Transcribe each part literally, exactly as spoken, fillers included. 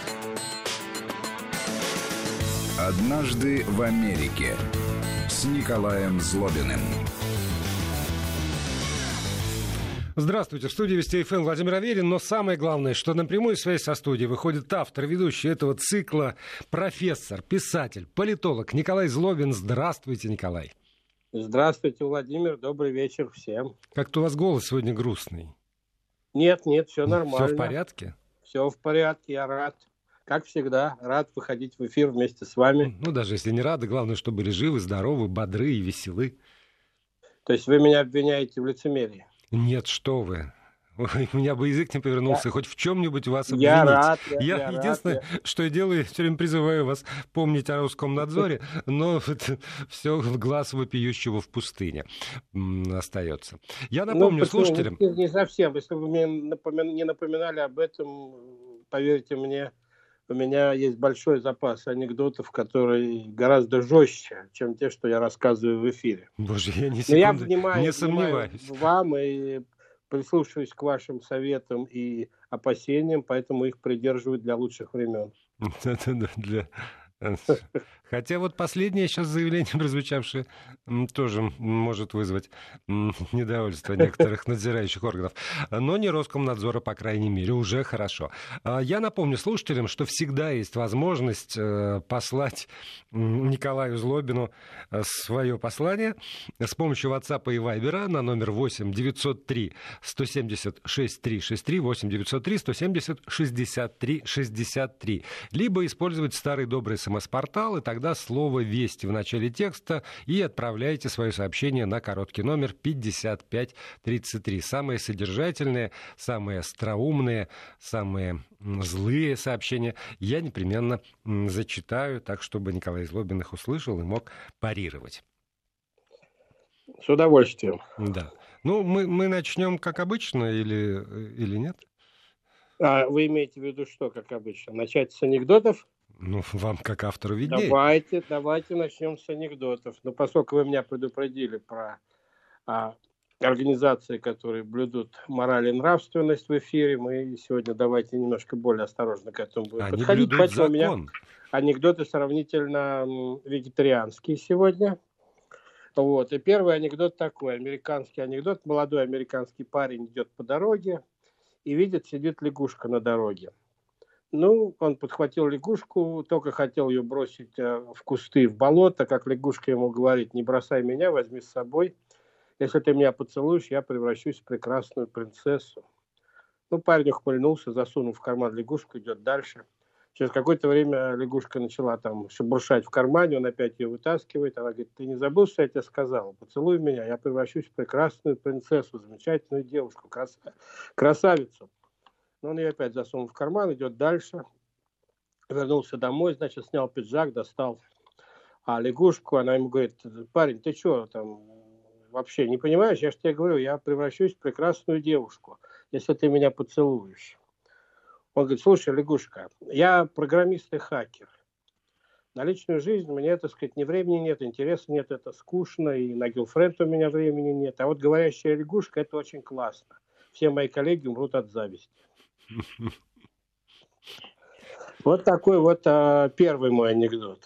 «Однажды в Америке» с Николаем Злобиным. Здравствуйте. В студии Вести ФМ Владимир Аверин. Но самое главное, что на прямую связь со студией выходит автор, ведущий этого цикла, профессор, писатель, политолог Николай Злобин. Здравствуйте, Николай. Здравствуйте, Владимир. Добрый вечер всем. Как-то у вас голос сегодня грустный. Нет, нет, все нормально. Все в порядке? Все в порядке, я рад. Как всегда, рад выходить в эфир вместе с вами. Ну, даже если не рады, главное, чтобы были живы, здоровы, бодры и веселы. То есть вы меня обвиняете в лицемерии? Нет, что вы. У меня бы язык не повернулся, я... хоть в чем-нибудь вас обвинить. Я рад. Я, я, я единственное, рад, я... что я делаю, все время призываю вас помнить о Роскомнадзоре, но это все в глаз вопиющего в пустыне остается. Я напомню ну, слушателям... Не, не совсем. Если вы мне напомин... не напоминали об этом, поверьте мне, у меня есть большой запас анекдотов, которые гораздо жестче, чем те, что я рассказываю в эфире. Боже, я ни секунды я внимаю, не сомневаюсь. Вам и прислушиваюсь к вашим советам и опасениям, поэтому их придерживаю для лучших времен. Для... Хотя вот последнее сейчас заявление, прозвучавшее, тоже может вызвать недовольство некоторых надзирающих органов. Но не Роскомнадзора, по крайней мере, уже хорошо. Я напомню слушателям, что всегда есть возможность послать Николаю Злобину свое послание с помощью WhatsApp и Viber на номер восемь девятьсот три сто семьдесят шестьдесят три шестьдесят три, восемь девятьсот три сто семьдесят шестьдесят три шестьдесят три. Либо использовать старый добрый СМС-портал, и тогда слово «Вести» в начале текста, и отправляйте свое сообщение на короткий номер пятьдесят пять тридцать три. Самые содержательные, самые остроумные, самые злые сообщения я непременно зачитаю, так, чтобы Николай Злобин их услышал и мог парировать. С удовольствием. Да. Ну, мы, мы начнем как обычно или, или нет? А вы имеете в виду что, как обычно? Начать с анекдотов? Ну, вам как автору виднее. Давайте, давайте начнем с анекдотов. Но поскольку вы меня предупредили про а, организации, которые блюдут мораль и нравственность в эфире, мы сегодня давайте немножко более осторожно к этому будем Они подходить. блюдут закон. У меня анекдоты сравнительно вегетарианские сегодня. Вот. И первый анекдот такой. Американский анекдот. Молодой американский парень идет по дороге и видит, сидит лягушка на дороге. Ну, он подхватил лягушку, только хотел ее бросить э, в кусты, в болото, как лягушка ему говорит: не бросай меня, возьми с собой. Если ты меня поцелуешь, я превращусь в прекрасную принцессу. Ну, парень ухмыльнулся, засунул в карман лягушку, идет дальше. Через какое-то время лягушка начала там шебуршать в кармане, он опять ее вытаскивает. Она говорит: ты не забыл, что я тебе сказала? Поцелуй меня, я превращусь в прекрасную принцессу, замечательную девушку, крас... красавицу. Но он ее опять засунул в карман, идет дальше. Вернулся домой, значит, снял пиджак, достал а, лягушку. Она ему говорит: парень, ты что там вообще не понимаешь? Я же тебе говорю, я превращусь в прекрасную девушку, если ты меня поцелуешь. Он говорит: слушай, лягушка, я программист и хакер. На личную жизнь мне, так сказать, ни времени нет, интереса нет, это скучно, и на герлфренд у меня времени нет. А вот говорящая лягушка — это очень классно. Все мои коллеги умрут от зависти. Вот такой вот а, первый мой анекдот.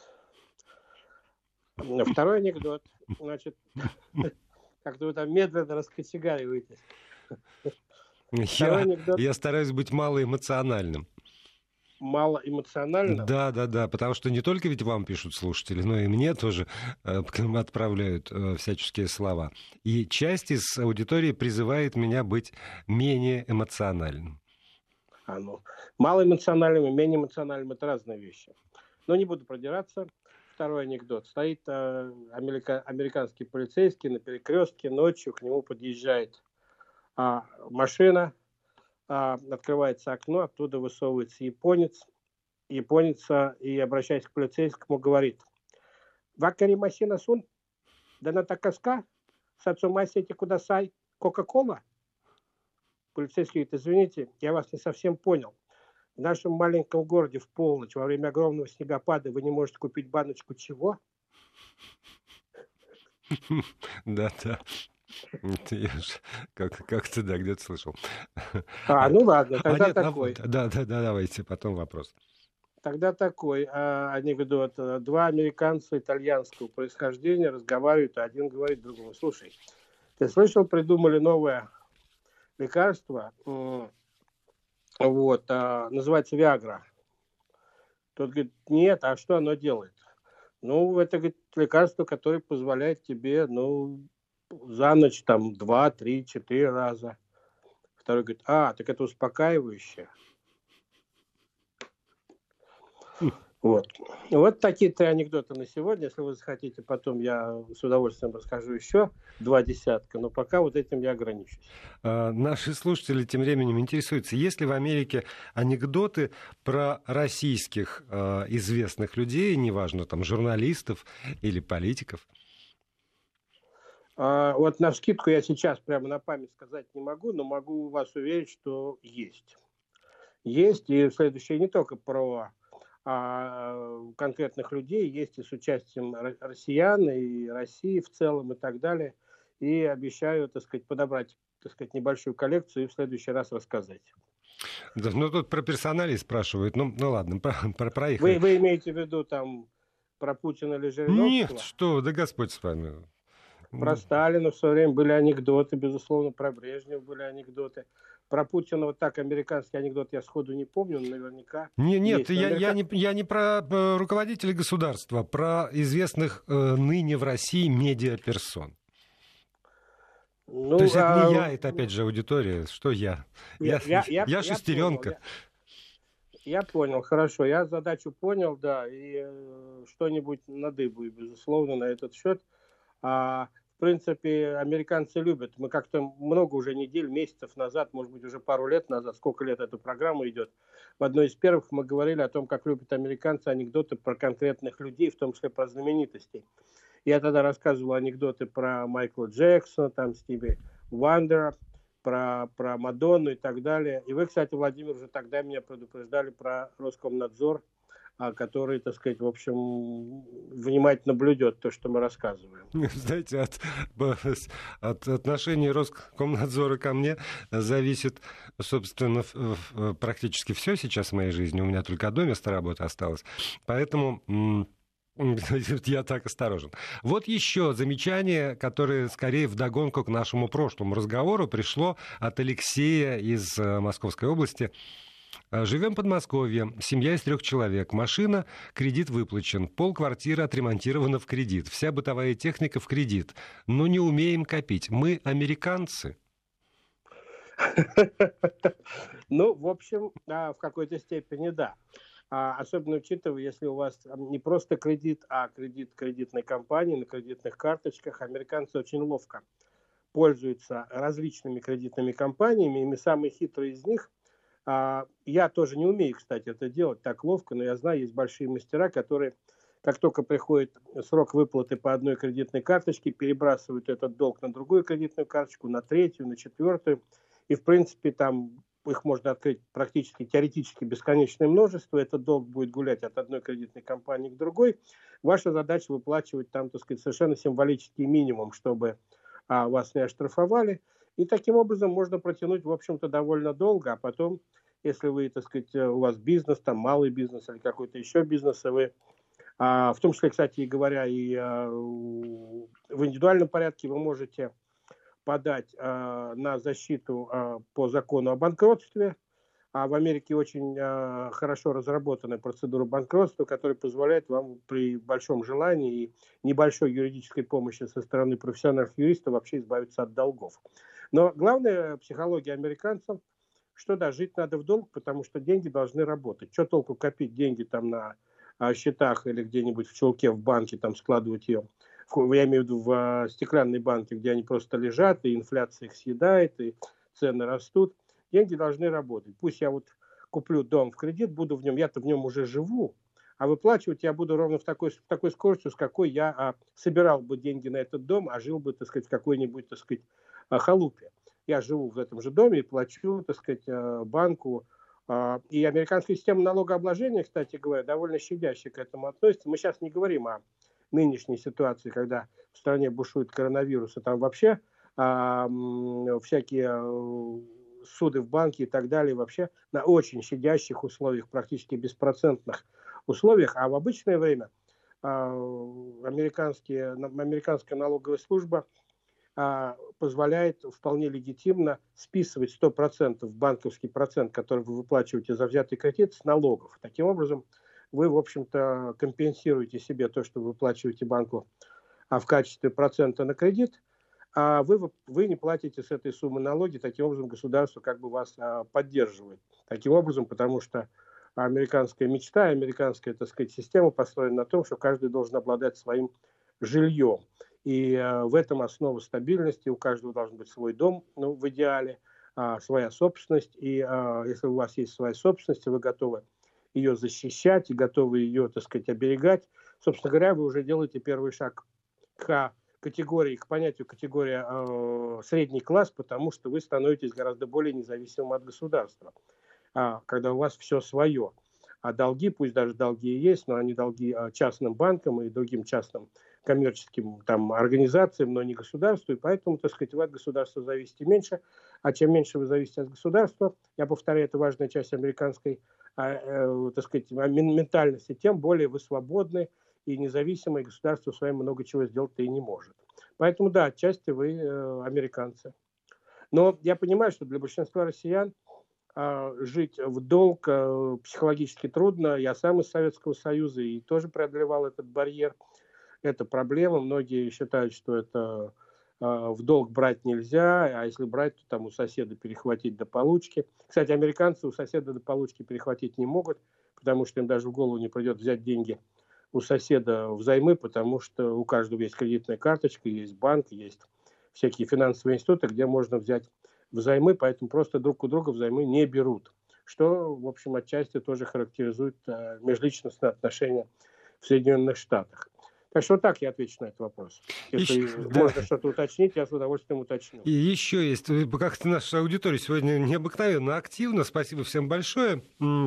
Второй анекдот. Значит, как-то вы там медленно раскочегариваетесь. Я, я стараюсь быть малоэмоциональным. Малоэмоциональным? Да, да, да, потому что не только ведь вам пишут слушатели, но и мне тоже э, отправляют э, всяческие слова. И часть из аудитории призывает меня быть менее эмоциональным. А ну, малоэмоциональным и менее эмоциональным — это разные вещи. Но не буду продираться. Второй анекдот. Стоит э, америка, американский полицейский на перекрестке, ночью к нему подъезжает а, машина, а, открывается окно, оттуда высовывается японец. Японец, а, и, обращаясь к полицейскому, говорит: «Вакари машина сун, да на такаска, сацумасите кудасай, Кока-кола?» Полицейский говорит: извините, я вас не совсем понял. В нашем маленьком городе в полночь во время огромного снегопада вы не можете купить баночку чего? Да, да. Я как, как-то, да, где-то слышал. А, ну ладно, тогда а нет, такой. А, да, да, да, давайте, потом вопрос. тогда такой а, анекдот. Два американца итальянского происхождения разговаривают, а один говорит другому: слушай, ты слышал, придумали новое лекарство, м, вот, а, называется Виагра. Тот говорит: нет, а что оно делает? Ну, это, говорит, лекарство, которое позволяет тебе, ну, за ночь там два, три, четыре раза. Второй говорит: а, так это успокаивающее. Вот. Вот такие три анекдота на сегодня. Если вы захотите, потом я с удовольствием расскажу еще два десятка, но пока вот этим я ограничусь. А, наши слушатели тем временем интересуются, есть ли в Америке анекдоты про российских а, известных людей, неважно, там, журналистов или политиков? А, вот навскидку я сейчас прямо на память сказать не могу, но могу вас уверить, что есть. Есть, и следующее не только про а, конкретных людей, есть и с участием россиян, и России в целом, и так далее. И обещаю, так сказать, подобрать, так сказать, небольшую коллекцию и в следующий раз рассказать. Да, ну, тут про персоналей спрашивают. Ну, ну ладно, про, про, проехали. Вы, вы имеете в виду там про Путина или Жириновского? Нет, что, да Господь с вами. Про Сталина в свое время были анекдоты, безусловно, про Брежнева были анекдоты. Про Путина вот так американский анекдот я сходу не помню, но наверняка не, Нет, есть. я, Америка... я, не, я не про руководителей государства, а про известных э, ныне в России медиаперсон. Ну, То есть это а... не я, это опять же аудитория. Что я? Я, я, я, я шестеренка. Я, я понял, хорошо. Я задачу понял, да, и э, что-нибудь надыбаю, безусловно, на этот счет. А, в принципе, американцы любят. Мы как-то много уже недель, месяцев назад, может быть, уже пару лет назад, сколько лет эта программа идет, в одной из первых мы говорили о том, как любят американцы анекдоты про конкретных людей, в том числе про знаменитостей. Я тогда рассказывал анекдоты про Майкла Джексона, там, Стиви Вандера, про, про Мадонну и так далее. И вы, кстати, Владимир, уже тогда меня предупреждали про Роскомнадзор, который, так сказать, в общем, внимательно блюдет то, что мы рассказываем. Знаете, от, от отношения Роскомнадзора ко мне зависит, собственно, практически все сейчас в моей жизни. У меня только одно место работы осталось. Поэтому... Я так осторожен. Вот еще замечание, которое скорее вдогонку к нашему прошлому разговору пришло от Алексея из Московской области. Живем в Подмосковье, семья из трех человек, машина, кредит выплачен, полквартиры отремонтировано в кредит, вся бытовая техника в кредит, но не умеем копить. Мы американцы. Ну, в общем, в какой-то степени да. Особенно учитывая, если у вас не просто кредит, а кредит кредитной компании на кредитных карточках. Американцы очень ловко пользуются различными кредитными компаниями, и самые хитрые из них, я тоже не умею, кстати, это делать так ловко, но я знаю, есть большие мастера, которые, как только приходит срок выплаты по одной кредитной карточке, перебрасывают этот долг на другую кредитную карточку, на третью, на четвертую, и, в принципе, там их можно открыть практически теоретически бесконечное множество. Этот долг будет гулять от одной кредитной компании к другой. Ваша задача выплачивать там, так сказать, совершенно символический минимум, чтобы а, вас не оштрафовали. И таким образом можно протянуть, в общем-то, довольно долго. А потом, если вы, так сказать, у вас бизнес, там малый бизнес или какой-то еще бизнес, и вы, а, в том числе, кстати говоря, и а, в индивидуальном порядке вы можете подать э, на защиту э, по закону о банкротстве. А в Америке очень э, хорошо разработана процедура банкротства, которая позволяет вам при большом желании и небольшой юридической помощи со стороны профессиональных юристов вообще избавиться от долгов. Но главная психология американцев, что да, жить надо в долг, потому что деньги должны работать. Что толку копить деньги там на э, счетах или где-нибудь в чулке в банке, там складывать ее, я имею в виду в стеклянной банке, где они просто лежат, и инфляция их съедает, и цены растут. Деньги должны работать. Пусть я вот куплю дом в кредит, буду в нем, я-то в нем уже живу, а выплачивать я буду ровно в такой, в такой скоростью, с какой я а, собирал бы деньги на этот дом, а жил бы, так сказать, в какой-нибудь, так сказать, халупе. Я живу в этом же доме и плачу, так сказать, банку. И американская система налогообложения, кстати говоря, довольно щадяще к этому относится. Мы сейчас не говорим о нынешней ситуации, когда в стране бушует коронавирус, и там вообще а, всякие суды в банке и так далее, вообще на очень щадящих условиях, практически беспроцентных условиях, а в обычное время американские, американская налоговая служба позволяет вполне легитимно списывать сто процентов банковский процент, который вы выплачиваете за взятый кредит, с налогов. Таким образом, вы, в общем-то, компенсируете себе то, что вы выплачиваете банку а в качестве процента на кредит, а вы, вы не платите с этой суммы налоги. Таким образом, государство как бы вас а, поддерживает. Таким образом, потому что американская мечта, американская, так сказать, система построена на том, что каждый должен обладать своим жильем. И а, в этом основа стабильности. У каждого должен быть свой дом, ну, в идеале, а, своя собственность. И а, если у вас есть своя собственность, и вы готовы ее защищать и готовы ее, так сказать, оберегать, собственно говоря, вы уже делаете первый шаг к категории, к понятию категория э, средний класс, потому что вы становитесь гораздо более независимым от государства, а, когда у вас все свое. А долги, пусть даже долги и есть, но они долги частным банкам и другим частным коммерческим там, организациям, но не государству, и поэтому, так сказать, вы от государства зависите меньше, а чем меньше вы зависите от государства, я повторяю, это важная часть американской э, э, так сказать, ментальности, тем более вы свободны, и независимое государство с вами много чего сделать-то и не может. Поэтому, да, отчасти вы э, американцы. Но я понимаю, что для большинства россиян э, жить в долг э, психологически трудно. Я сам из Советского Союза и тоже преодолевал этот барьер. Это проблема. Многие считают, что это э, в долг брать нельзя, а если брать, то там у соседа перехватить до получки. Кстати, американцы у соседа до получки перехватить не могут, потому что им даже в голову не придет взять деньги у соседа взаймы, потому что у каждого есть кредитная карточка, есть банк, есть всякие финансовые институты, где можно взять взаймы, поэтому просто друг у друга взаймы не берут. Что, в общем, отчасти тоже характеризует а, межличностные отношения в Соединенных Штатах. Так что вот так я отвечу на этот вопрос. Если Еще, можно да. что-то уточнить, я с удовольствием уточню. И еще есть, как-то наша аудитория сегодня необыкновенно активна, спасибо всем большое.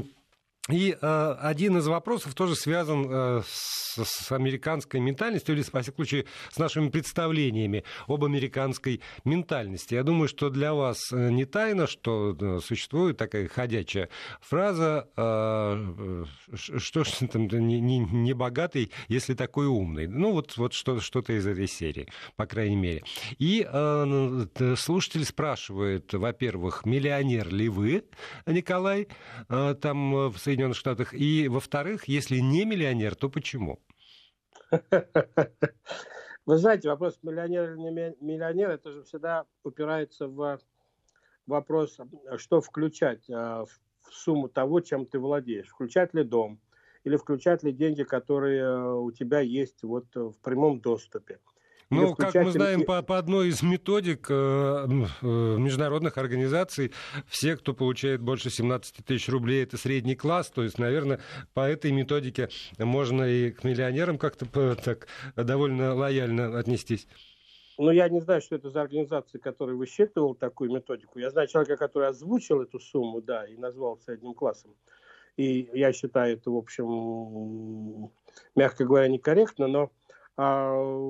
И э, один из вопросов тоже связан э, с, с американской ментальностью, или, во всяком случае, с нашими представлениями об американской ментальности. Я думаю, что для вас не тайна, что э, существует такая ходячая фраза, э, что ж там не, не, не богатый, если такой умный. Ну, вот, вот что, что-то из этой серии, по крайней мере. И э, слушатель спрашивает, во-первых, миллионер ли вы, Николай, э, там в Соединенных Соединенных Штатах, и, во-вторых, если не миллионер, то почему? Вы знаете, вопрос миллионер или не миллионер, это же всегда упирается в вопрос, что включать в сумму того, чем ты владеешь. Включать ли дом, или включать ли деньги, которые у тебя есть вот в прямом доступе. Ну, как мы знаем, по, по одной из методик э, международных организаций, все, кто получает больше семнадцать тысяч рублей, это средний класс. То есть, наверное, по этой методике можно и к миллионерам как-то так довольно лояльно отнестись. Ну, я не знаю, что это за организация, которая высчитывала такую методику. Я знаю человека, который озвучил эту сумму, да, и назвал средним классом. И я считаю это, в общем, мягко говоря, некорректно, но А,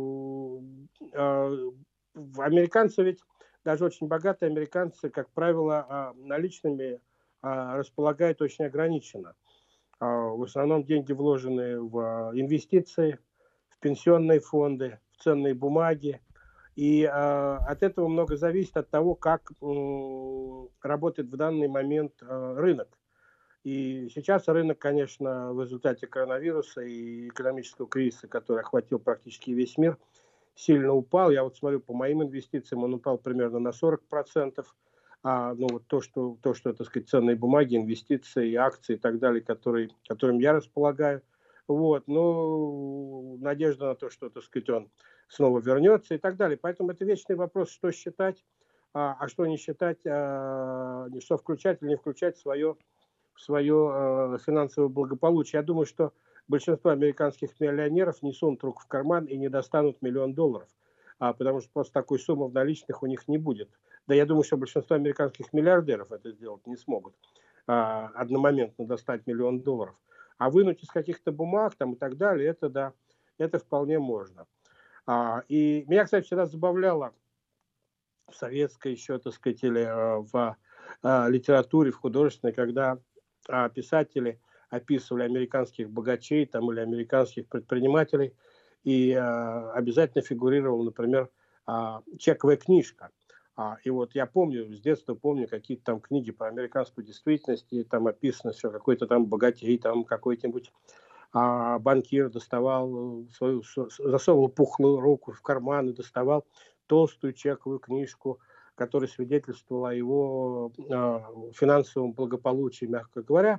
а, американцы ведь, даже очень богатые американцы, как правило, наличными располагают очень ограниченно. В основном деньги вложены в инвестиции, в пенсионные фонды, в ценные бумаги. И от этого много зависит от того, как работает в данный момент рынок. И сейчас рынок, конечно, в результате коронавируса и экономического кризиса, который охватил практически весь мир, сильно упал. Я вот смотрю, по моим инвестициям он упал примерно на сорок процентов. А, ну, вот то, что, то, что, так сказать, ценные бумаги, инвестиции, акции и так далее, которые, которым я располагаю. Вот, ну, надежда на то, что, так сказать, он снова вернется и так далее. Поэтому это вечный вопрос, что считать, а, а что не считать, а, что включать или не включать в свое в свое э, финансовое благополучие. Я думаю, что большинство американских миллионеров не сунут руку в карман и не достанут миллион долларов, а, потому что просто такой суммы в наличных у них не будет. Да я думаю, что большинство американских миллиардеров это сделать не смогут, а, одномоментно достать миллион долларов. А вынуть из каких-то бумаг там, и так далее, это да, это вполне можно. А, и меня, кстати, всегда забавляло в советской еще, так сказать, или э, в а, литературе, в художественной, когда а, писатели описывали американских богачей там, или американских предпринимателей, и а, обязательно фигурировала, например, а, чековая книжка. А, и вот я помню, с детства помню какие-то там книги про американскую действительность, и там описано, что какой-то там богатей, там какой-нибудь а, банкир доставал свою, засовывал пухлую руку в карман и доставал толстую чековую книжку, которая свидетельствовала о его а, финансовом благополучии, мягко говоря.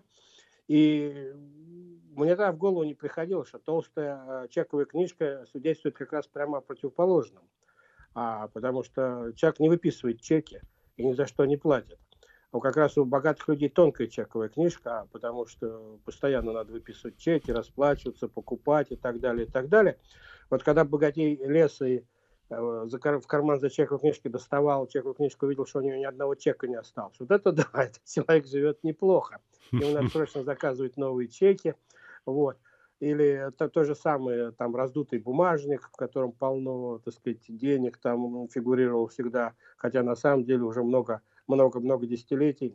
И мне тогда в голову не приходило, что толстая чековая книжка свидетельствует как раз прямо о противоположном. А, потому что человек не выписывает чеки и ни за что не платит. А как раз у богатых людей тонкая чековая книжка, потому что постоянно надо выписывать чеки, расплачиваться, покупать и так далее, и так далее. Вот когда богатей лез и э, в карман за чековой книжкой доставал чековую книжку, увидел, что у него ни одного чека не осталось. Вот это да, этот человек живет неплохо. Ему надо срочно заказывать новые чеки. Вот. Или то, то же самое, там, раздутый бумажник, в котором полно, так сказать, денег, там фигурировал всегда, хотя на самом деле уже много, много-много десятилетий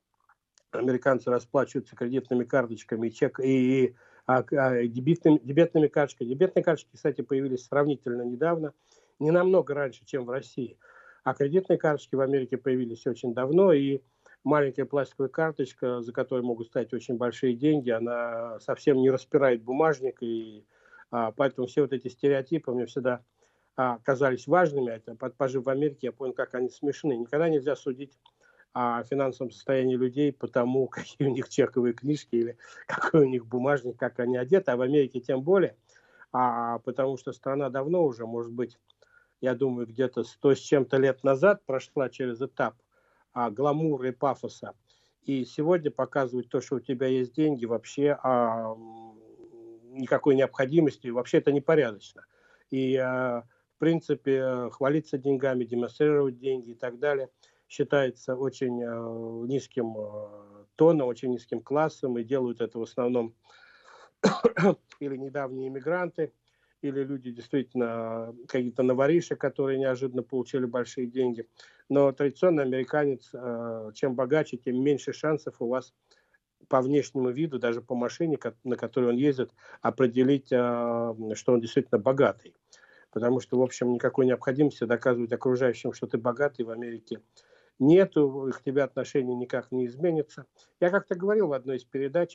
американцы расплачиваются кредитными карточками и, чек, и, и а, а, дебетными, дебетными карточками. Дебетные карточки, кстати, появились сравнительно недавно, не намного раньше, чем в России. А кредитные карточки в Америке появились очень давно, и маленькая пластиковая карточка, за которой могут стоять очень большие деньги, она совсем не распирает бумажник, и а, поэтому все вот эти стереотипы мне всегда а, казались важными. Это, пожив в Америке, я понял, как они смешны. Никогда нельзя судить о финансовом состоянии людей по тому, какие у них чековые книжки или какой у них бумажник, как они одеты, а в Америке тем более, а, потому что страна давно уже, может быть, я думаю, где-то сто с чем-то лет назад прошла через этап а, гламура и пафоса. И сегодня показывать то, что у тебя есть деньги, вообще а, никакой необходимости, вообще это непорядочно. И, а, в принципе, хвалиться деньгами, демонстрировать деньги и так далее считается очень а, низким а, тоном, очень низким классом, и делают это в основном или недавние иммигранты, или люди действительно какие-то новориши, которые неожиданно получили большие деньги. Но традиционно американец, чем богаче, тем меньше шансов у вас по внешнему виду, даже по машине, на которой он ездит, определить, что он действительно богатый. Потому что, в общем, никакой необходимости доказывать окружающим, что ты богатый, в Америке нету, к тебе отношение никак не изменится. Я как-то говорил в одной из передач,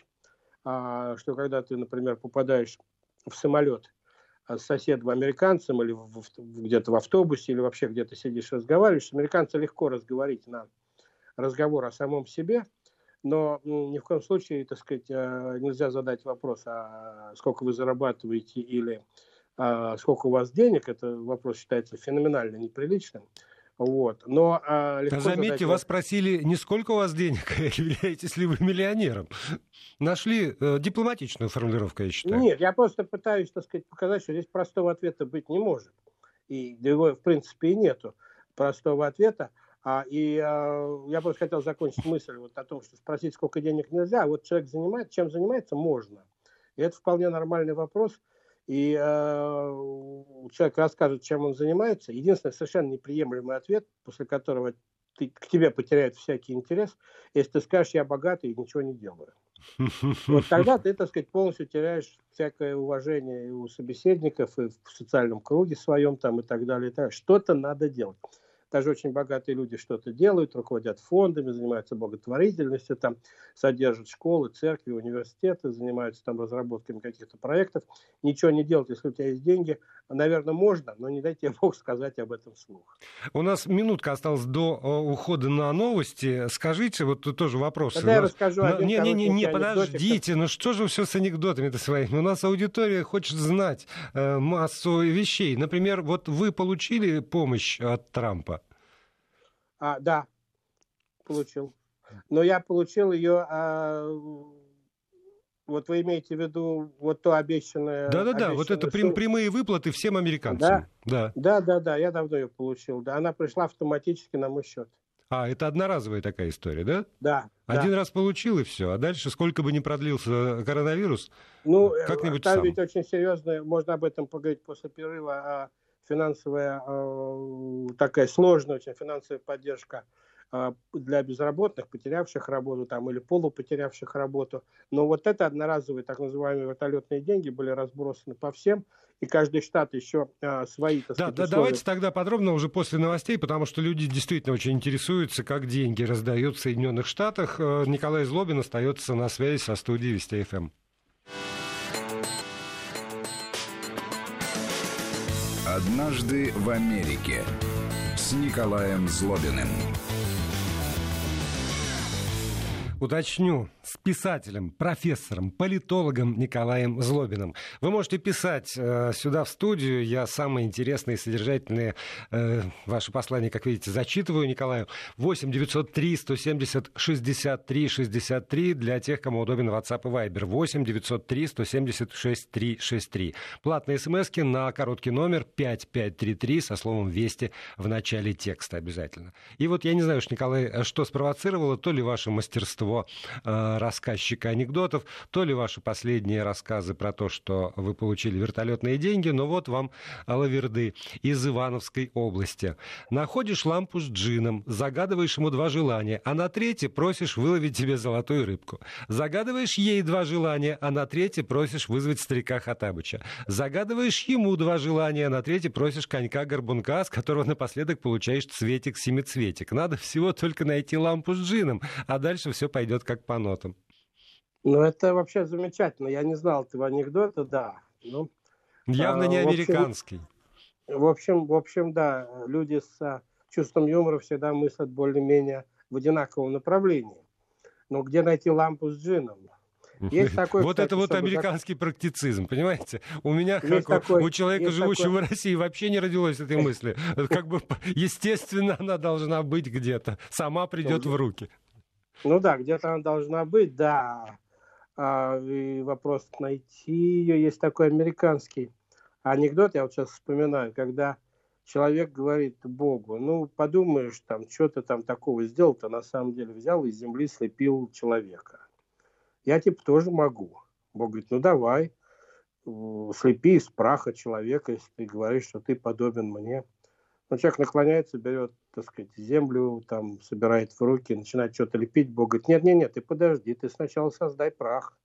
что когда ты, например, попадаешь в самолет с соседом американцем или в, в, где-то в автобусе, или вообще где-то сидишь разговариваешь, американца легко разговорить на разговор о самом себе, но ну, ни в коем случае, так сказать, нельзя задать вопрос, а сколько вы зарабатываете или а сколько у вас денег. Это вопрос считается феноменально неприличным. Вот. Но, а, легко Заметьте, задать... вас спросили, не сколько у вас денег, а являетесь ли вы миллионером. Нашли э, дипломатичную формулировку, я считаю. Нет, я просто пытаюсь, так сказать, показать, что здесь простого ответа быть не может. И его, в принципе, и нету простого ответа. А, и а, я просто хотел закончить мысль вот о том, что спросить, сколько денег нельзя. А вот человек занимает, чем занимается, можно. И это вполне нормальный вопрос. И э, человек расскажет, чем он занимается. Единственный совершенно неприемлемый ответ, после которого ты, к тебе потеряет всякий интерес, если ты скажешь, я богатый и ничего не делаю. Вот тогда ты, так сказать, полностью теряешь всякое уважение и у собеседников, и в социальном круге своем там, и так далее. И так. Что-то надо делать. Даже очень богатые люди что-то делают, руководят фондами, занимаются благотворительностью, там, содержат школы, церкви, университеты, занимаются там разработками каких-то проектов. Ничего не делать, если у тебя есть деньги, наверное, можно, но не дайте Бог сказать об этом вслух. У нас минутка осталась до ухода на новости. Скажите, вот тут тоже вопрос. Тогда я нас... расскажу но... один Не, не, не, не анекдотик. подождите, ну что же все с анекдотами-то своими? У нас аудитория хочет знать э, массу вещей. Например, вот вы получили помощь от Трампа? А, да, получил. Но я получил ее, а, вот вы имеете в виду вот то обещанное... Да-да-да, вот это сумму. Прямые выплаты всем американцам. Да? Да, да, да, я давно ее получил. Да, она пришла автоматически на мой счет. А, это одноразовая такая история, да? Да. Один да. раз получил, и все. А дальше, сколько бы ни продлился коронавирус, ну, как-нибудь там сам. ведь очень серьезно, можно об этом поговорить после перерыва, финансовая, такая сложная очень финансовая поддержка для безработных, потерявших работу там, или полупотерявших работу. Но вот это одноразовые так называемые вертолетные деньги были разбросаны по всем, и каждый штат еще а, свои, так Да, сказать, да, условия. давайте тогда подробно уже после новостей, потому что люди действительно очень интересуются, как деньги раздают в Соединенных Штатах. Николай Злобин остается на связи со студией Вести эф эм. «Однажды в Америке» с Николаем Злобиным. Уточню, с писателем, профессором, политологом Николаем Злобиным. Вы можете писать э, сюда в студию. Я самые интересные, содержательные э, ваши послания, как видите, зачитываю Николаю. восемь девятьсот три сто семьдесят шестьдесят три шестьдесят три для тех, кому удобен WhatsApp и Viber. восемь девятьсот три сто семьдесят шестьдесят три шестьдесят три. Платные смски на короткий номер пять пять три три со словом «Вести» в начале текста обязательно. И вот я не знаю, Николай, что спровоцировало, то ли ваше мастерство рассказчика анекдотов, то ли ваши последние рассказы про то, что вы получили вертолетные деньги, но вот вам лаверды из Ивановской области. Находишь лампу с джином, загадываешь ему два желания, а на третье просишь выловить тебе золотую рыбку. Загадываешь ей два желания, а на третье просишь вызвать старика Хоттабыча. Загадываешь ему два желания, а на третье просишь конька-горбунка, с которого напоследок получаешь цветик-семицветик. Надо всего только найти лампу с джином, а дальше все пойдет как по нотам. Ну, это вообще замечательно. Я не знал этого анекдота, да. Ну, Явно а, не в общем, американский. В общем, в общем, да, люди с а, чувством юмора всегда мыслят более-менее в одинаковом направлении. Но где найти лампу с джином? Есть такой, вот кстати, это вот чтобы... американский практицизм, понимаете? У меня, Есть как такой, у человека, живущего такой... в России, вообще не родилось этой мысли. Как бы, естественно, она должна быть где-то. Сама придет в руки. Ну да, где-то она должна быть, да. А, и вопрос найти ее. Есть такой американский анекдот, я вот сейчас вспоминаю, когда человек говорит Богу: ну, подумаешь, там, что ты там такого сделал-то, на самом деле взял из земли слепил человека. Я типа тоже могу. Бог говорит: ну, давай, слепи из праха человека, если ты говоришь, что ты подобен мне. Но человек наклоняется, берет, так сказать, землю, там, собирает в руки, начинает что-то лепить. Бог говорит: нет-нет-нет, ты подожди, ты сначала создай прах.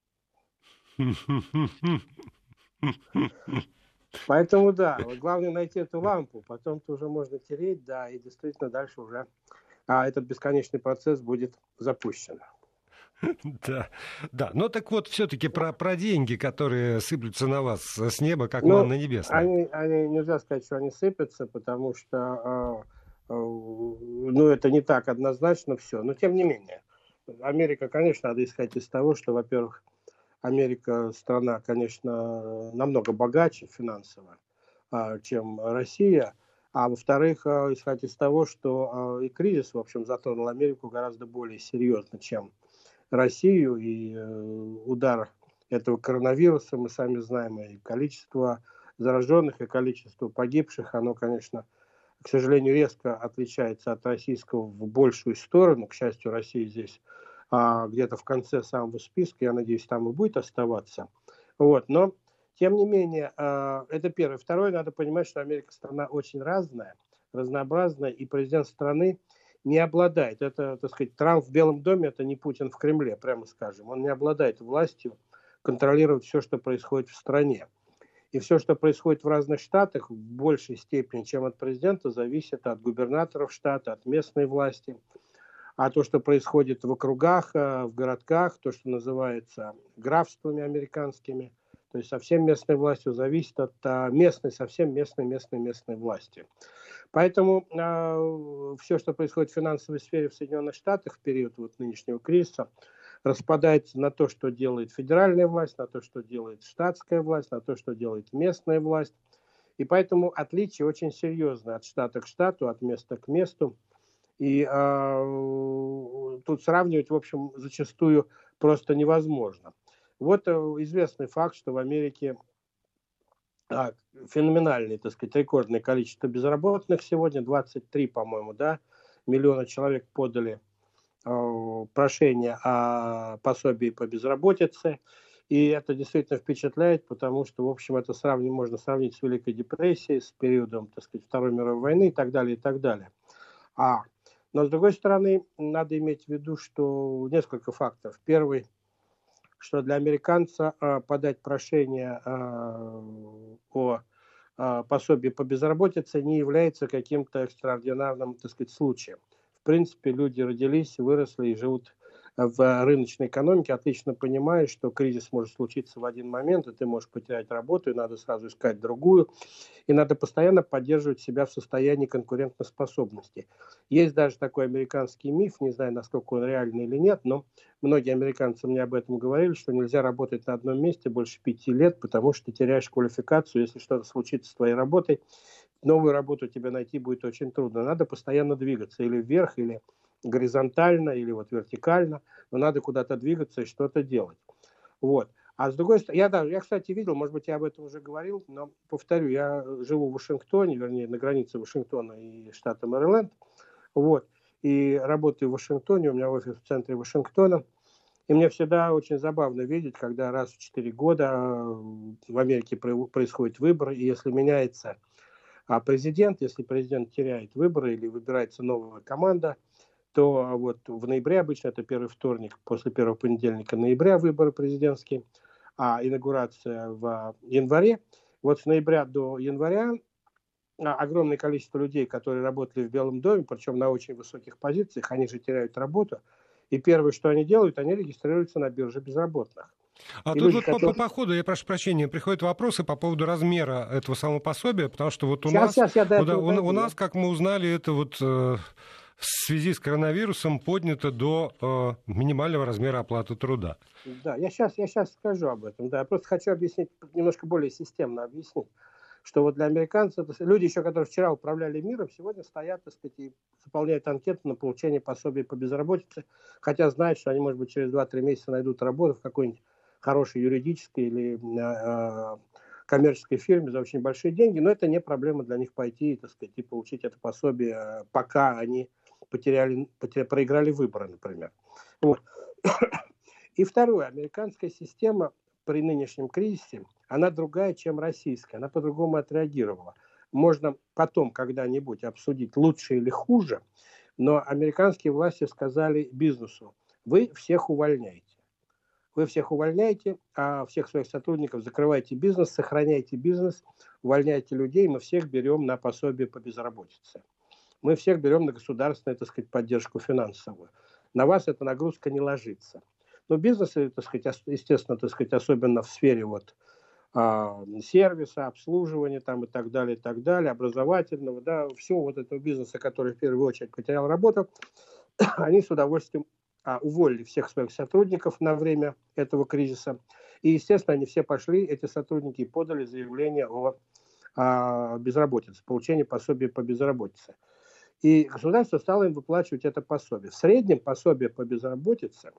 Поэтому, да, вот главное найти эту лампу, потом-то уже можно тереть, да, и действительно дальше уже а этот бесконечный процесс будет запущен. Да, да. Но так вот, все-таки про, про деньги, которые сыплются на вас с неба, как ну, манна небесная. Они, они, нельзя сказать, что они сыпятся, потому что э, э, ну, это не так однозначно все. Но тем не менее, Америка, конечно, надо исходить из того, что, во-первых, Америка страна, конечно, намного богаче финансово, э, чем Россия. А во-вторых, э, исходить из того, что э, и кризис, в общем, затронул Америку гораздо более серьезно, чем Россию, и э, удар этого коронавируса, мы сами знаем, и количество зараженных, и количество погибших, оно, конечно, к сожалению, резко отличается от российского в большую сторону. К счастью, Россия здесь а, где-то в конце самого списка, я надеюсь, там и будет оставаться. Вот. Но, тем не менее, а, это первое. Второе, надо понимать, что Америка страна очень разная, разнообразная, и президент страны не обладает, это, так сказать, Трамп в Белом доме, это не Путин в Кремле, прямо скажем. Он не обладает властью контролировать все, что происходит в стране. И все, что происходит в разных штатах, в большей степени, чем от президента, зависит от губернаторов штата, от местной власти. А то, что происходит в округах, в городках, то, что называется графствами американскими, то есть совсем местной властью, зависит от местной, совсем местной, местной, местной власти. Поэтому э, все, что происходит в финансовой сфере в Соединенных Штатах в период вот нынешнего кризиса, распадается на то, что делает федеральная власть, на то, что делает штатская власть, на то, что делает местная власть. И поэтому отличие очень серьезное от штата к штату, от места к месту. И э, тут сравнивать, в общем, зачастую просто невозможно. Вот э, известный факт, что в Америке а, феноменальное, так сказать, рекордное количество безработных сегодня, двадцать три, по-моему, да, миллиона человек подали э, прошение о пособии по безработице, и это действительно впечатляет, потому что, в общем, это сравнить, можно сравнить с Великой депрессией, с периодом, так сказать, Второй мировой войны и так далее, и так далее. А Но, с другой стороны, надо иметь в виду, что несколько факторов. Первый, что для американца э, подать прошение э, о э, пособии по безработице не является каким-то экстраординарным, так сказать, случаем. В принципе, люди родились, выросли и живут в рыночной экономике, отлично понимая, что кризис может случиться в один момент, и ты можешь потерять работу, и надо сразу искать другую, и надо постоянно поддерживать себя в состоянии конкурентоспособности. Есть даже такой американский миф, не знаю, насколько он реальный или нет, но многие американцы мне об этом говорили, что нельзя работать на одном месте больше пяти лет, потому что ты теряешь квалификацию, если что-то случится с твоей работой, новую работу тебе найти будет очень трудно. Надо постоянно двигаться или вверх, или горизонтально, или вот вертикально, но надо куда-то двигаться и что-то делать. Вот. А с другой стороны, я, да, я, кстати, видел, может быть, я об этом уже говорил, но повторю, я живу в Вашингтоне, вернее, на границе Вашингтона и штата Мэриленд, вот, и работаю в Вашингтоне, у меня офис в центре Вашингтона, и мне всегда очень забавно видеть, когда раз в четыре года в Америке происходят выборы, и если меняется президент, если президент теряет выборы или выбирается новая команда, то вот в ноябре обычно, это первый вторник, после первого понедельника ноября выборы президентские, а инаугурация в январе. Вот с ноября до января огромное количество людей, которые работали в Белом доме, причем на очень высоких позициях, они же теряют работу. И первое, что они делают, они регистрируются на бирже безработных. А и тут люди, вот которые... по, по, по ходу, я прошу прощения, приходят вопросы по поводу размера этого самого пособия, потому что вот у сейчас, нас, сейчас я до этого у, дойду, у нас, да? как мы узнали, это вот э, в связи с коронавирусом поднято до э, минимального размера оплаты труда. Да, я сейчас, я сейчас скажу об этом. Да, я просто хочу объяснить, немножко более системно объяснить, что вот для американцев, люди еще, которые вчера управляли миром, сегодня стоят, так сказать, и заполняют анкету на получение пособия по безработице, хотя знают, что они, может быть, через два-три месяца найдут работу в какой-нибудь хорошей юридической или э, коммерческой фирме за очень большие деньги, но это не проблема для них пойти, так сказать, и получить это пособие, пока они потеряли, потеряли, проиграли выборы, например. Вот. И второе, американская система при нынешнем кризисе, она другая, чем российская, она по-другому отреагировала. Можно потом когда-нибудь обсудить, лучше или хуже, но американские власти сказали бизнесу: вы всех увольняете. Вы всех увольняете, а всех своих сотрудников закрываете бизнес, сохраняете бизнес, увольняете людей, мы всех берем на пособие по безработице. Мы всех берем на государственную, так сказать, поддержку финансовую. На вас эта нагрузка не ложится. Но бизнесы, так сказать, естественно, так сказать, особенно в сфере вот, а, сервиса, обслуживания там, и так далее, и так далее, образовательного, да, всего вот этого бизнеса, который в первую очередь потерял работу, они с удовольствием а, уволили всех своих сотрудников на время этого кризиса. И, естественно, они все пошли, эти сотрудники, и подали заявление о а, безработице, получении пособия по безработице. И государство стало им выплачивать это пособие. В среднем пособие по безработице,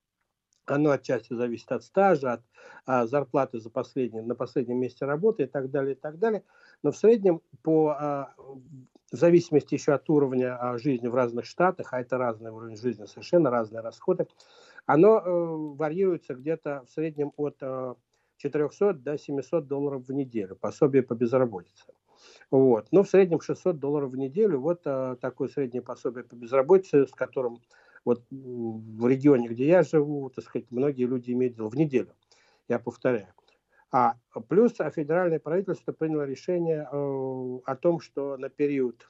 оно отчасти зависит от стажа, от а, зарплаты за последний, на последнем месте работы и так далее, и так далее. Но в среднем, по, а, в зависимости еще от уровня а, жизни в разных штатах, а это разный уровень жизни, совершенно разные расходы, оно э, варьируется где-то в среднем от э, четырехсот до семисот долларов в неделю, пособие по безработице. Вот. Но в среднем шестьсот долларов в неделю, вот а, такое среднее пособие по безработице, с которым вот в регионе, где я живу, так сказать, многие люди имеют дело в неделю, я повторяю. А плюс а федеральное правительство приняло решение э, о том, что на период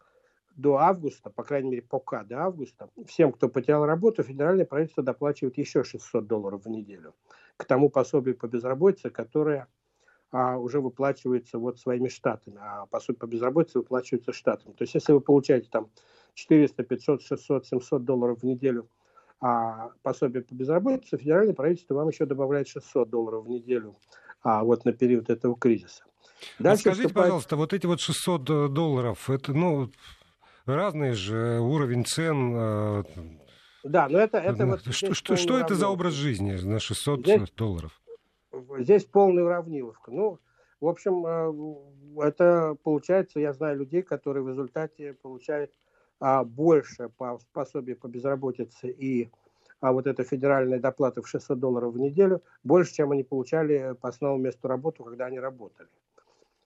до августа, по крайней мере пока до августа, всем, кто потерял работу, федеральное правительство доплачивает еще шестьсот долларов в неделю к тому пособию по безработице, которое а, уже выплачивается вот своими штатами, а пособие по безработице выплачивается штатами. То есть если вы получаете там четыреста, пятьсот, шестьсот, семьсот долларов в неделю а пособие по безработице, федеральное правительство вам еще добавляет шестьсот долларов в неделю а, вот на период этого кризиса. Дальше а скажите, вступает... пожалуйста, вот эти вот шестьсот долларов, это, ну, разный же уровень цен. Да, но это... это вот что что, что это за образ жизни на шестьсот здесь, долларов? Здесь полная уравниловка. Ну, в общем, это получается, я знаю людей, которые в результате получают а, больше по пособию по безработице и а вот эта федеральная доплата в шестьсот долларов в неделю, больше, чем они получали по основному месту работы, когда они работали.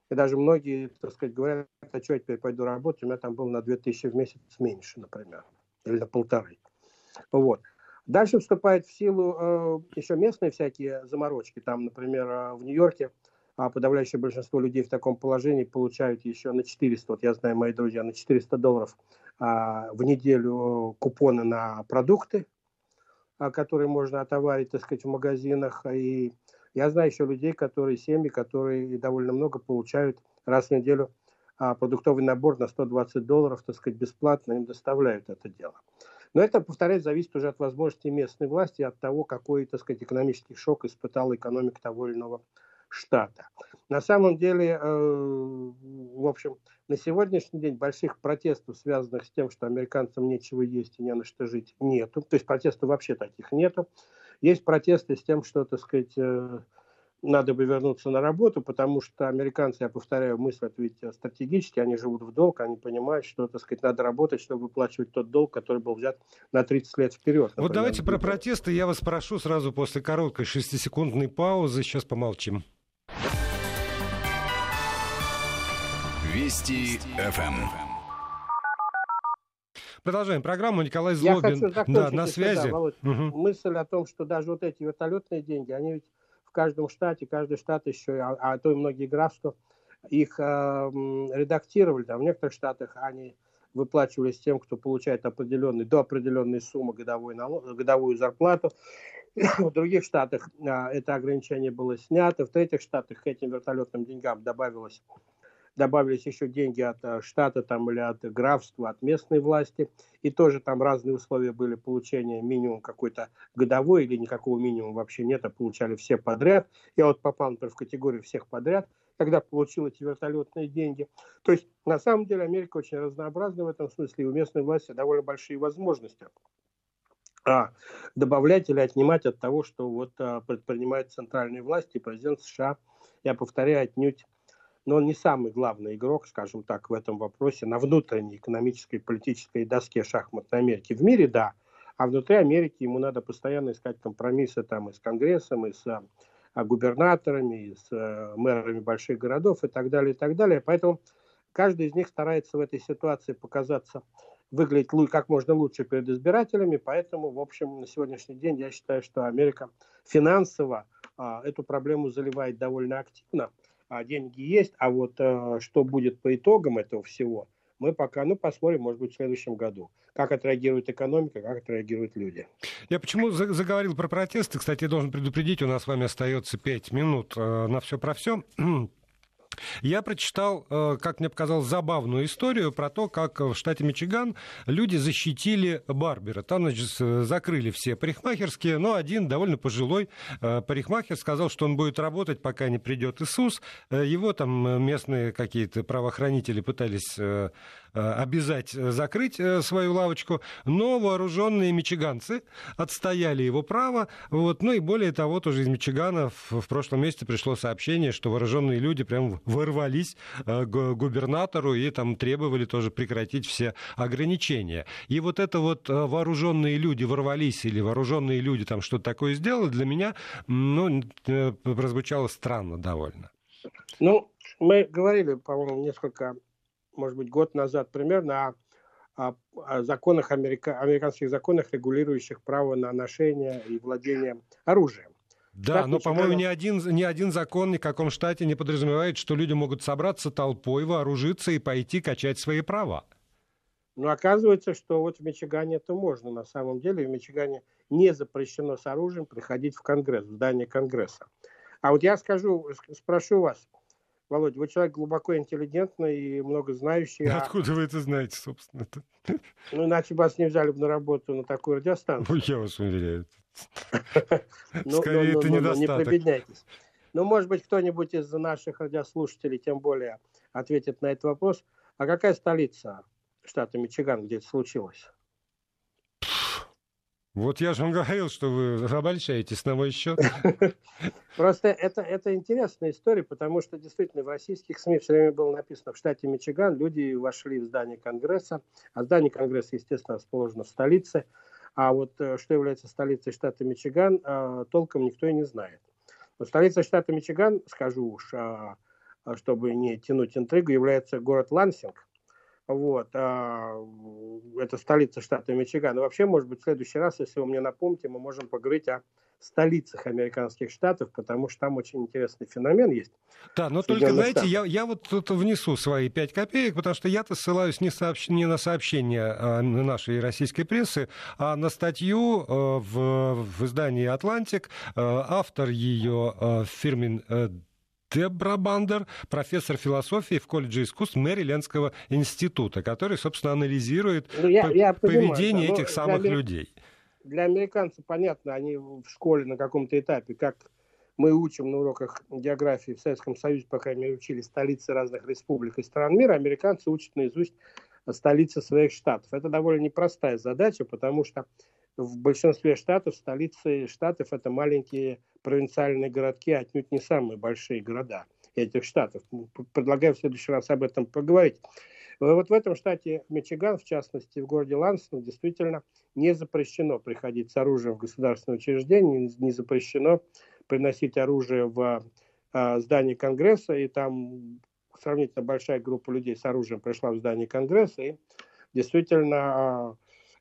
И даже многие, так сказать, говорят, а что я теперь пойду работать, у меня там было на две тысячи в месяц меньше, например, или на полторы. Вот. Дальше вступает в силу э, еще местные всякие заморочки. Там, например, э, в Нью-Йорке э, подавляющее большинство людей в таком положении получают еще на четыреста, вот я знаю, мои друзья, на четыреста долларов э, в неделю купоны на продукты, э, которые можно отоварить, так сказать, в магазинах. И я знаю еще людей, которые, семьи, которые довольно много получают раз в неделю э, продуктовый набор на сто двадцать долларов, так сказать, бесплатно им доставляют это дело. Но это, повторяю, зависит уже от возможностей местной власти, от того, какой, так сказать, экономический шок испытала экономика того или иного штата. На самом деле, э, в общем, на сегодняшний день больших протестов, связанных с тем, что американцам нечего есть и не на что жить, нету. То есть протестов вообще таких нету. Есть протесты с тем, что, так сказать, э, надо бы вернуться на работу, потому что американцы, я повторяю, мыслят ведь стратегически, они живут в долг, они понимают, что, так сказать, надо работать, чтобы выплачивать тот долг, который был взят на тридцать лет вперед. Например. Вот давайте про протесты я вас спрошу сразу после короткой шестисекундной паузы. Сейчас помолчим. Вести эф эм. Продолжаем программу. Николай Злобин да, на связи. Да, Володь, угу. Мысль о том, что даже вот эти вертолетные деньги, они ведь в каждом штате, каждый штат еще, а, а то и многие графства, их э, редактировали. Там, в некоторых штатах они выплачивались тем, кто получает определенный, до определенной суммы годовой налог, годовую зарплату. В других штатах э, это ограничение было снято. В третьих штатах к этим вертолетным деньгам добавилось добавились еще деньги от штата там, или от графства, от местной власти. И тоже там разные условия были получения минимум какой-то годовой или никакого минимума вообще нет, а получали все подряд. Я вот попал, например, в категорию всех подряд, когда получил эти вертолетные деньги. То есть, на самом деле, Америка очень разнообразна в этом смысле, и у местной власти довольно большие возможности а, добавлять или отнимать от того, что вот а, предпринимает центральные власти. Президент США, я повторяю, отнюдь, но он не самый главный игрок, скажем так, в этом вопросе на внутренней экономической и политической доске шахматной Америки. В мире, да, а внутри Америки ему надо постоянно искать компромиссы там и с Конгрессом, и с а, губернаторами, и с а, мэрами больших городов и так далее, и так далее. Поэтому каждый из них старается в этой ситуации показаться, выглядеть как можно лучше перед избирателями. Поэтому, в общем, на сегодняшний день я считаю, что Америка финансово а, эту проблему заливает довольно активно. А деньги есть, а вот э, что будет по итогам этого всего, мы пока, ну, посмотрим, может быть, в следующем году. Как отреагирует экономика, как отреагируют люди. Я почему заговорил про протесты? Кстати, я должен предупредить, у нас с вами остается пять минут э, на все про все. Я прочитал, как мне показалось, забавную историю про то, как в штате Мичиган люди защитили барбера. Там, значит, закрыли все парикмахерские, но один довольно пожилой парикмахер сказал, что он будет работать, пока не придет Иисус. Его там местные какие-то правоохранители пытались обязать закрыть свою лавочку, но вооруженные мичиганцы отстояли его право. Вот. Ну и более того, тоже из Мичигана в, в прошлом месяце пришло сообщение, что вооруженные люди прям ворвались к губернатору и там требовали тоже прекратить все ограничения. И вот это вот вооруженные люди ворвались или вооруженные люди там что-то такое сделали, для меня, ну, прозвучало странно довольно. Ну, мы говорили, по-моему, несколько, может быть, год назад примерно о, о, о законах, америка, американских законах, регулирующих право на ношение и владение оружием. Да, так, но, по-моему, ни один, ни один закон ни в каком штате не подразумевает, что люди могут собраться толпой, вооружиться и пойти качать свои права. Но оказывается, что вот в Мичигане это можно. На самом деле в Мичигане не запрещено с оружием приходить в Конгресс, в здание Конгресса. А вот я скажу, спрошу вас, Володя, вы человек глубоко интеллигентный и много знающий. Откуда а... вы это знаете, собственно? Ну, иначе вас не взяли бы на работу на такую радиостанцию. Ну, я вас уверяю. Скорее, это недостаток. Не прибедняйтесь. Ну, может быть, кто-нибудь из наших радиослушателей, тем более, ответит на этот вопрос. А какая столица штата Мичиган, где это случилось? Вот я же вам говорил, что вы обольщаетесь на мой счет. Просто это, это интересная история, потому что действительно в российских СМИ все время было написано: в штате Мичиган люди вошли в здание Конгресса, а здание Конгресса, естественно, расположено в столице. А вот что является столицей штата Мичиган, толком никто и не знает. Но столица штата Мичиган, скажу уж, чтобы не тянуть интригу, является город Лансинг. Вот. Это столица штата Мичиган. И вообще, может быть, в следующий раз, если вы мне напомните, мы можем поговорить о столицах американских штатов, потому что там очень интересный феномен есть. Да, но только, знаете, я, я вот тут внесу свои пять копеек, потому что я-то ссылаюсь не, сообщ... не на сообщения а, нашей российской прессы, а на статью а, в, в издании «Атлантик». А, автор ее а, Фирмин а, Дебрабандер, профессор философии в колледже искусств Мэрилендского института, который, собственно, анализирует ну, я, по- я поведение понимаю, этих самых для людей. Для американцев понятно, они в школе на каком-то этапе, как мы учим на уроках географии в Советском Союзе, по крайней мере, учили столицы разных республик и стран мира, американцы учат наизусть столицы своих штатов. Это довольно непростая задача, потому что в большинстве штатов столицы штатов это маленькие провинциальные городки, отнюдь не самые большие города этих штатов. Предлагаю в следующий раз об этом поговорить. Вот в этом штате Мичиган, в частности, в городе Лансинг, действительно не запрещено приходить с оружием в государственное учреждение, не запрещено приносить оружие в а, здание Конгресса, и там сравнительно большая группа людей с оружием пришла в здание Конгресса и действительно а,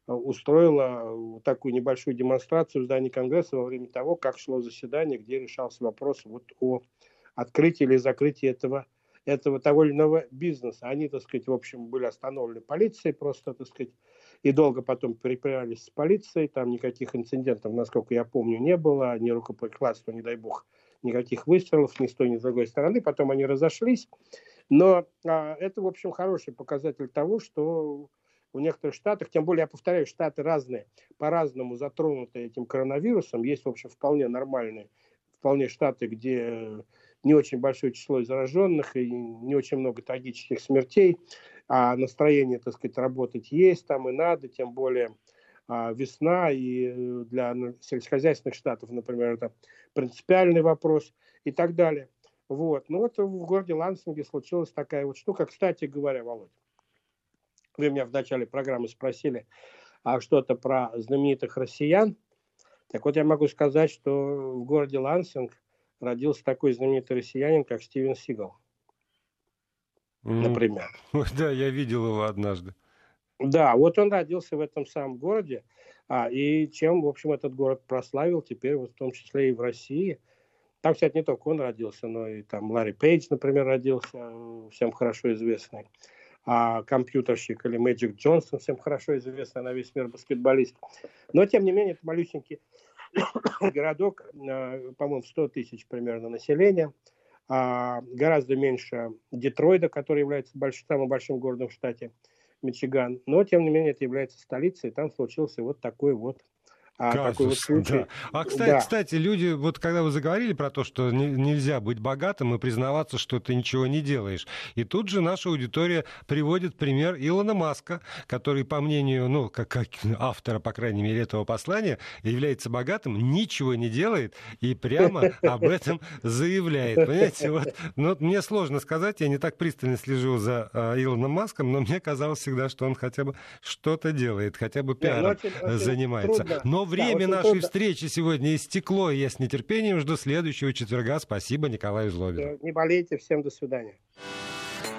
устроила такую небольшую демонстрацию в здании Конгресса во время того, как шло заседание, где решался вопрос вот о открытии или закрытии этого этого того или иного бизнеса. Они, так сказать, в общем, были остановлены полицией просто, так сказать, и долго потом переправились с полицией. Там никаких инцидентов, насколько я помню, не было, ни рукоприкладства, не дай бог, никаких выстрелов ни с той, ни с другой стороны. Потом они разошлись. Но а, это, в общем, хороший показатель того, что в некоторых штатах, тем более, я повторяю, штаты разные, по-разному затронуты этим коронавирусом. Есть, в общем, вполне нормальные, вполне штаты, где не очень большое число зараженных и не очень много трагических смертей, а настроение, так сказать, работать есть там и надо, тем более а, весна, и для сельскохозяйственных штатов, например, это принципиальный вопрос и так далее. Вот. Ну вот в городе Лансинге случилась такая вот штука. Кстати говоря, Володя, вы меня в начале программы спросили а что-то про знаменитых россиян. Так вот я могу сказать, что в городе Лансинг родился такой знаменитый россиянин, как Стивен Сигал, например. Да, я видел его однажды. Да, вот он родился в этом самом городе, а, и чем, в общем, этот город прославил теперь, вот в том числе и в России. Там, кстати, не только он родился, но и там Ларри Пейдж, например, родился, всем хорошо известный, а компьютерщик или Мэджик Джонсон, всем хорошо известный на весь мир баскетболист. Но, тем не менее, это малюсенький городок, по-моему, сто тысяч примерно населения, гораздо меньше Детройта, который является больш... самым большим городом в штате Мичиган, но, тем не менее, это является столицей, и там случился вот такой вот А, казус, вот да. А, кстати, да. кстати, люди, вот когда вы заговорили про то, что не, нельзя быть богатым и признаваться, что ты ничего не делаешь, и тут же наша аудитория приводит пример Илона Маска, который, по мнению, ну, как, как автора, по крайней мере, этого послания, является богатым, ничего не делает и прямо об этом заявляет. Понимаете, вот, ну, мне сложно сказать, я не так пристально слежу за uh, Илоном Маском, но мне казалось всегда, что он хотя бы что-то делает, хотя бы пиаром очень, очень занимается. Трудно. Но время да, нашей трудно. встречи сегодня истекло, и я с нетерпением жду следующего четверга. Спасибо Николаю Злобину. Не болейте, всем до свидания.